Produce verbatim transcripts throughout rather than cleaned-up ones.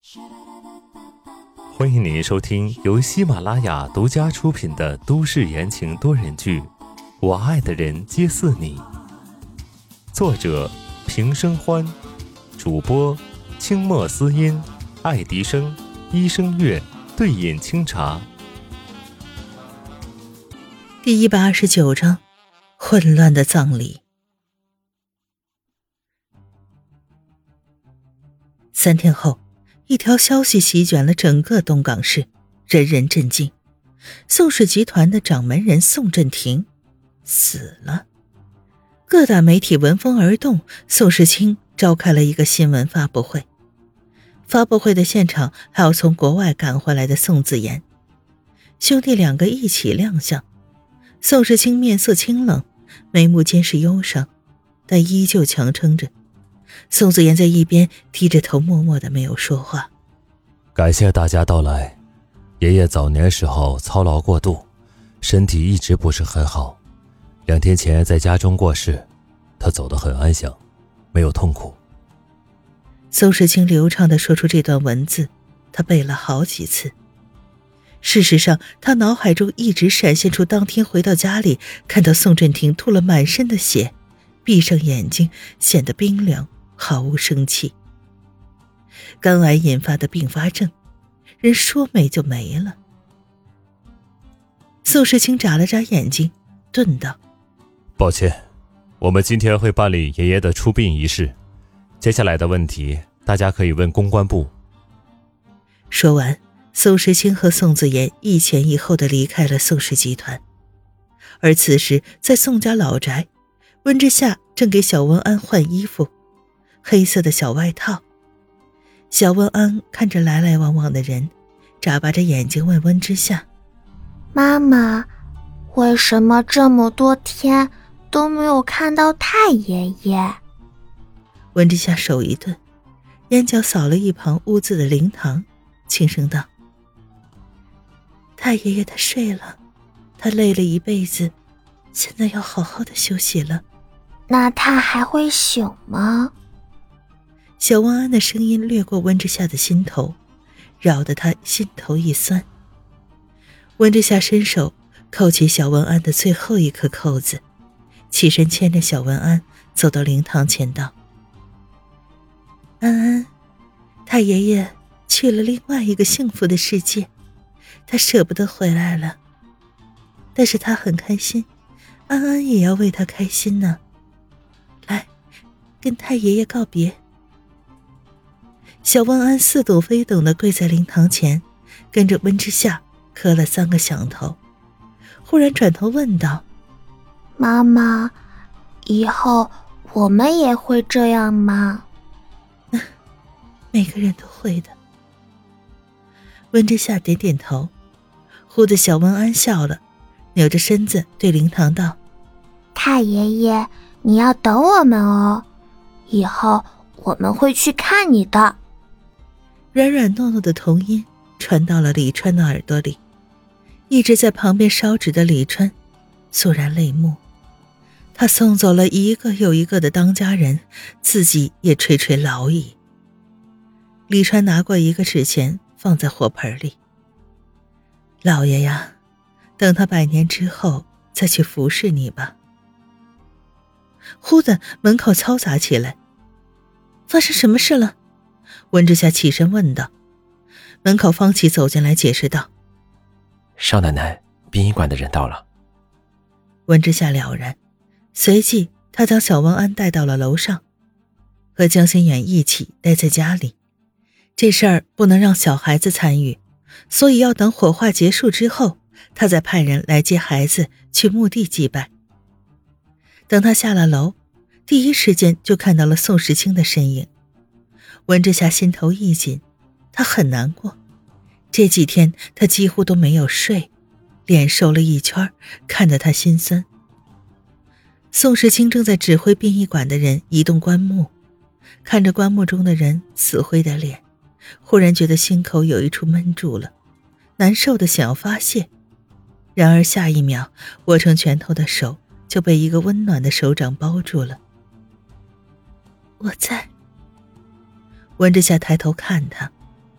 欢迎您收听由喜马拉雅独家出品的都市言情多人剧《我爱的人皆似你》，作者平生欢，主播清墨思音、爱迪生、医生月、对饮清茶。 第一百二十九章，混乱的葬礼。三天后，一条消息席卷了整个东港市，人人震惊。宋氏集团的掌门人宋振廷死了。各大媒体闻风而动，宋世清召开了一个新闻发布会。发布会的现场还有从国外赶回来的宋子妍，兄弟两个一起亮相。宋世清面色清冷，眉目间是忧伤，但依旧强撑着。宋子妍在一边低着头默默的没有说话。 感谢大家到来，爷爷早年时候操劳过度，身体一直不是很好，两天前在家中过世，他走得很安详，没有痛苦。 宋世清流畅地说出这段文字，他背了好几次。事实上，他脑海中一直闪现出当天回到家里，看到宋振廷吐了满身的血，闭上眼睛显得冰凉，毫无生气。肝癌引发的并发症，人说没就没了。宋世清眨了眨眼睛，顿道： 抱歉，我们今天会办理爷爷的出殡仪式，接下来的问题大家可以问公关部。 说完，宋世清和宋子妍一前一后地离开了宋氏集团。而此时在宋家老宅，温之夏正给小温安换衣服，黑色的小外套。小温安看着来来往往的人，眨巴着眼睛问温之夏： 妈妈，为什么这么多天都没有看到太爷爷？ 温之夏手一顿，眼角扫了一旁屋子的灵堂，轻声道：太爷爷他睡了，他累了一辈子，现在要好好的休息了。 那他还会醒吗？ 小温安的声音掠过温之夏的心头，扰得他心头一酸。温之夏伸手扣起小温安的最后一颗扣子，起身牵着小温安走到灵堂前道：安安，太爷爷去了另外一个幸福的世界，他舍不得回来了，但是他很开心，安安也要为他开心呢。来，跟太爷爷告别。小温安似懂非懂地跪在灵堂前，跟着温之夏磕了三个响头，忽然转头问道： 妈妈，以后我们也会这样吗？ 每个人都会的。温之夏点点头。忽的小温安笑了，扭着身子对灵堂道： 太爷爷，你要等我们哦，以后我们会去看你的。 软软糯糯的童音传到了李川的耳朵里，一直在旁边烧纸的李川肃然泪目。他送走了一个又一个的当家人，自己也垂垂老矣。李川拿过一个纸钱放在火盆里：老爷呀，等他百年之后再去服侍你吧。忽的门口嘈杂起来，发生什么事了？温之夏起身问道。门口方琦走进来解释道： 少奶奶，殡仪馆的人到了。 温之夏了然，随即他将小温安带到了楼上，和江心远一起待在家里。这事儿不能让小孩子参与，所以要等火化结束之后，他再派人来接孩子去墓地祭拜。等他下了楼，第一时间就看到了宋时清的身影。温之夏心头一紧，他很难过。这几天他几乎都没有睡，脸瘦了一圈，看得他心酸。宋时清正在指挥殡仪馆的人移动棺木，看着棺木中的人死灰的脸，忽然觉得心口有一处闷住了，难受的想要发泄。然而下一秒，握成拳头的手就被一个温暖的手掌包住了。我在。温之夏抬头看他，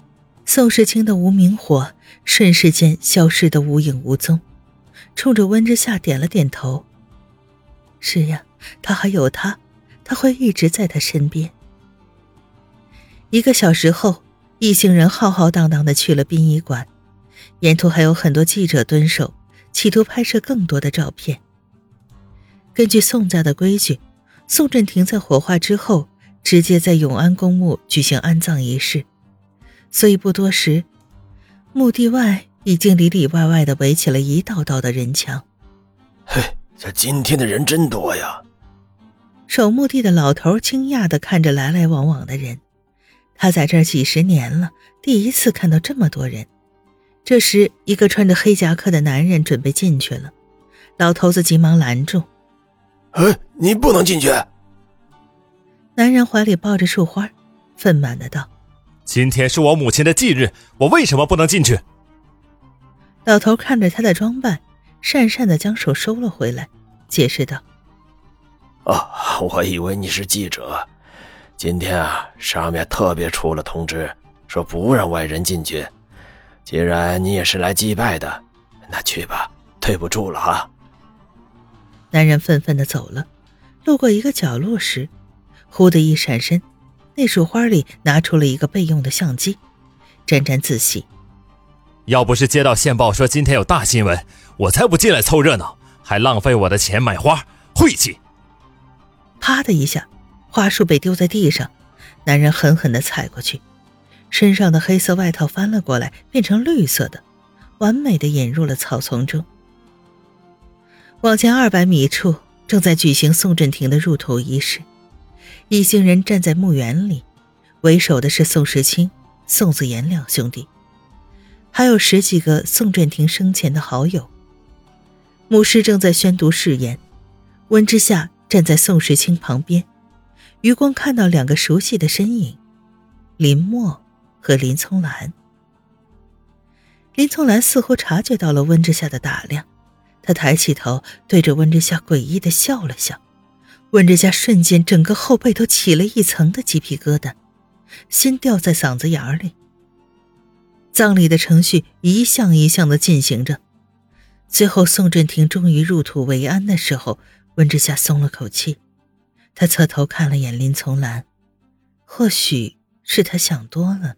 宋时清的无名火瞬时间消失得无影无踪，冲着温之夏点了点头。是呀，他还有他，他会一直在他身边。一个小时后，一行人浩浩荡荡地去了殡仪馆，沿途还有很多记者蹲守，企图拍摄更多的照片。根据宋家的规矩，宋振廷在火化之后直接在永安公墓举行安葬仪式，所以不多时，墓地外已经里里外外地围起了一道道的人墙。 嘿，这今天的人真多呀！ 守墓地的老头惊讶地看着来来往往的人，他在这儿几十年了，第一次看到这么多人。这时，一个穿着黑夹克的男人准备进去了，老头子急忙拦住：“ 哎，你不能进去！” 男人怀里抱着束花，愤满的道：“ 今天是我母亲的忌日，我为什么不能进去？” 老头看着他的装扮，讪讪的将手收了回来，解释道：“ 啊，我以为你是记者。今天啊，上面特别出了通知，说不让外人进去。既然你也是来祭拜的，那去吧，对不住了啊。” 男人愤愤地走了，路过一个角落时，忽的一闪身，那束花里拿出了一个备用的相机，沾沾自喜：“ 要不是接到线报说今天有大新闻，我才不进来凑热闹，还浪费我的钱买花，晦气！” 啪的一下，花束被丢在地上，男人狠狠地踩过去，身上的黑色外套翻了过来，变成绿色的，完美地引入了草丛中。往前二百米处，正在举行宋振廷的入土仪式，一行人站在墓园里，为首的是宋时清、宋子言两兄弟，还有十几个宋振廷生前的好友。牧师正在宣读誓言，温之夏站在宋时清旁边，余光看到两个熟悉的身影，林默和林聪兰。林聪兰似乎察觉到了温之夏的打量，他抬起头对着温之夏诡异地笑了笑，温之夏瞬间整个后背都起了一层的鸡皮疙瘩，心掉在嗓子眼里。葬礼的程序一项一项地进行着，最后宋振廷终于入土为安的时候，温之夏松了口气。他侧头看了眼林从兰，或许是他想多了。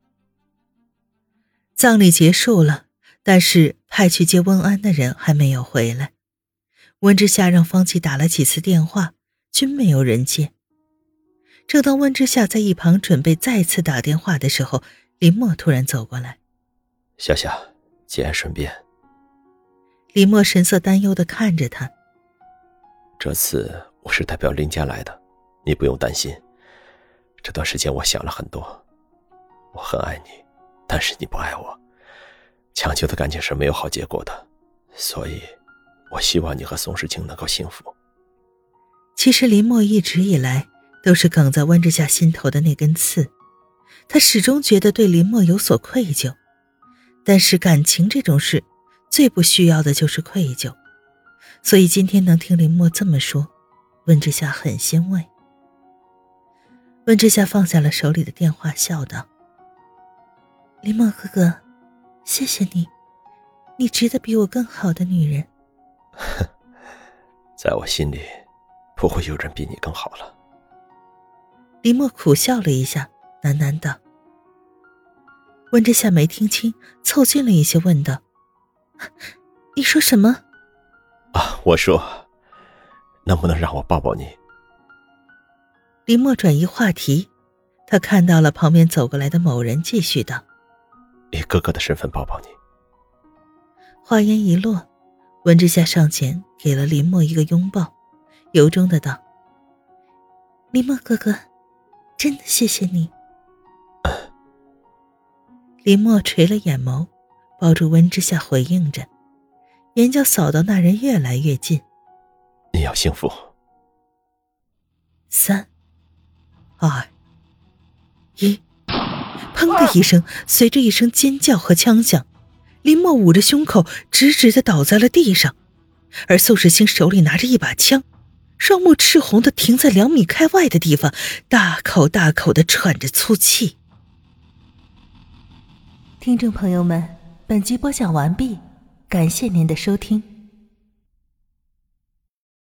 葬礼结束了，但是派去接温安的人还没有回来。温之夏让方琦打了几次电话，均没有人接。正当温之夏在一旁准备再次打电话的时候，林默突然走过来：“ 夏夏，节哀顺变。” 林默神色担忧地看着他：“ 这次我是代表林家来的，你不用担心。这段时间我想了很多，我很爱你，但是你不爱我，强求的感情是没有好结果的，所以我希望你和宋时清能够幸福。” 其实林默一直以来都是梗在温之夏心头的那根刺，他始终觉得对林默有所愧疚，但是感情这种事最不需要的就是愧疚，所以今天能听林默这么说，温之夏很欣慰。温之夏放下了手里的电话，笑道：“林默哥哥，谢谢你，你值得比我更好的女人。” 在我心里不会有人比你更好了。 林默苦笑了一下，喃喃道。温之夏没听清，凑近了一些问道：“你说什么？” 啊，我说，能不能让我抱抱你？ 林默转移话题，他看到了旁边走过来的某人，继续道：“ 以哥哥的身份抱抱你。” 话音一落，温之夏上前给了林默一个拥抱，由衷的道：“林默哥哥，真的谢谢你。”林默垂了眼眸，抱住温之夏回应着，眼角扫到那人越来越近。 “你要幸福。” 三二一，砰的一声，随着一声尖叫和枪响，林默捂着胸口直直地倒在了地上，而宋时清手里拿着一把枪，双目赤红地停在两米开外的地方，大口大口地喘着粗气。 听众朋友们，本集播讲完毕，感谢您的收听。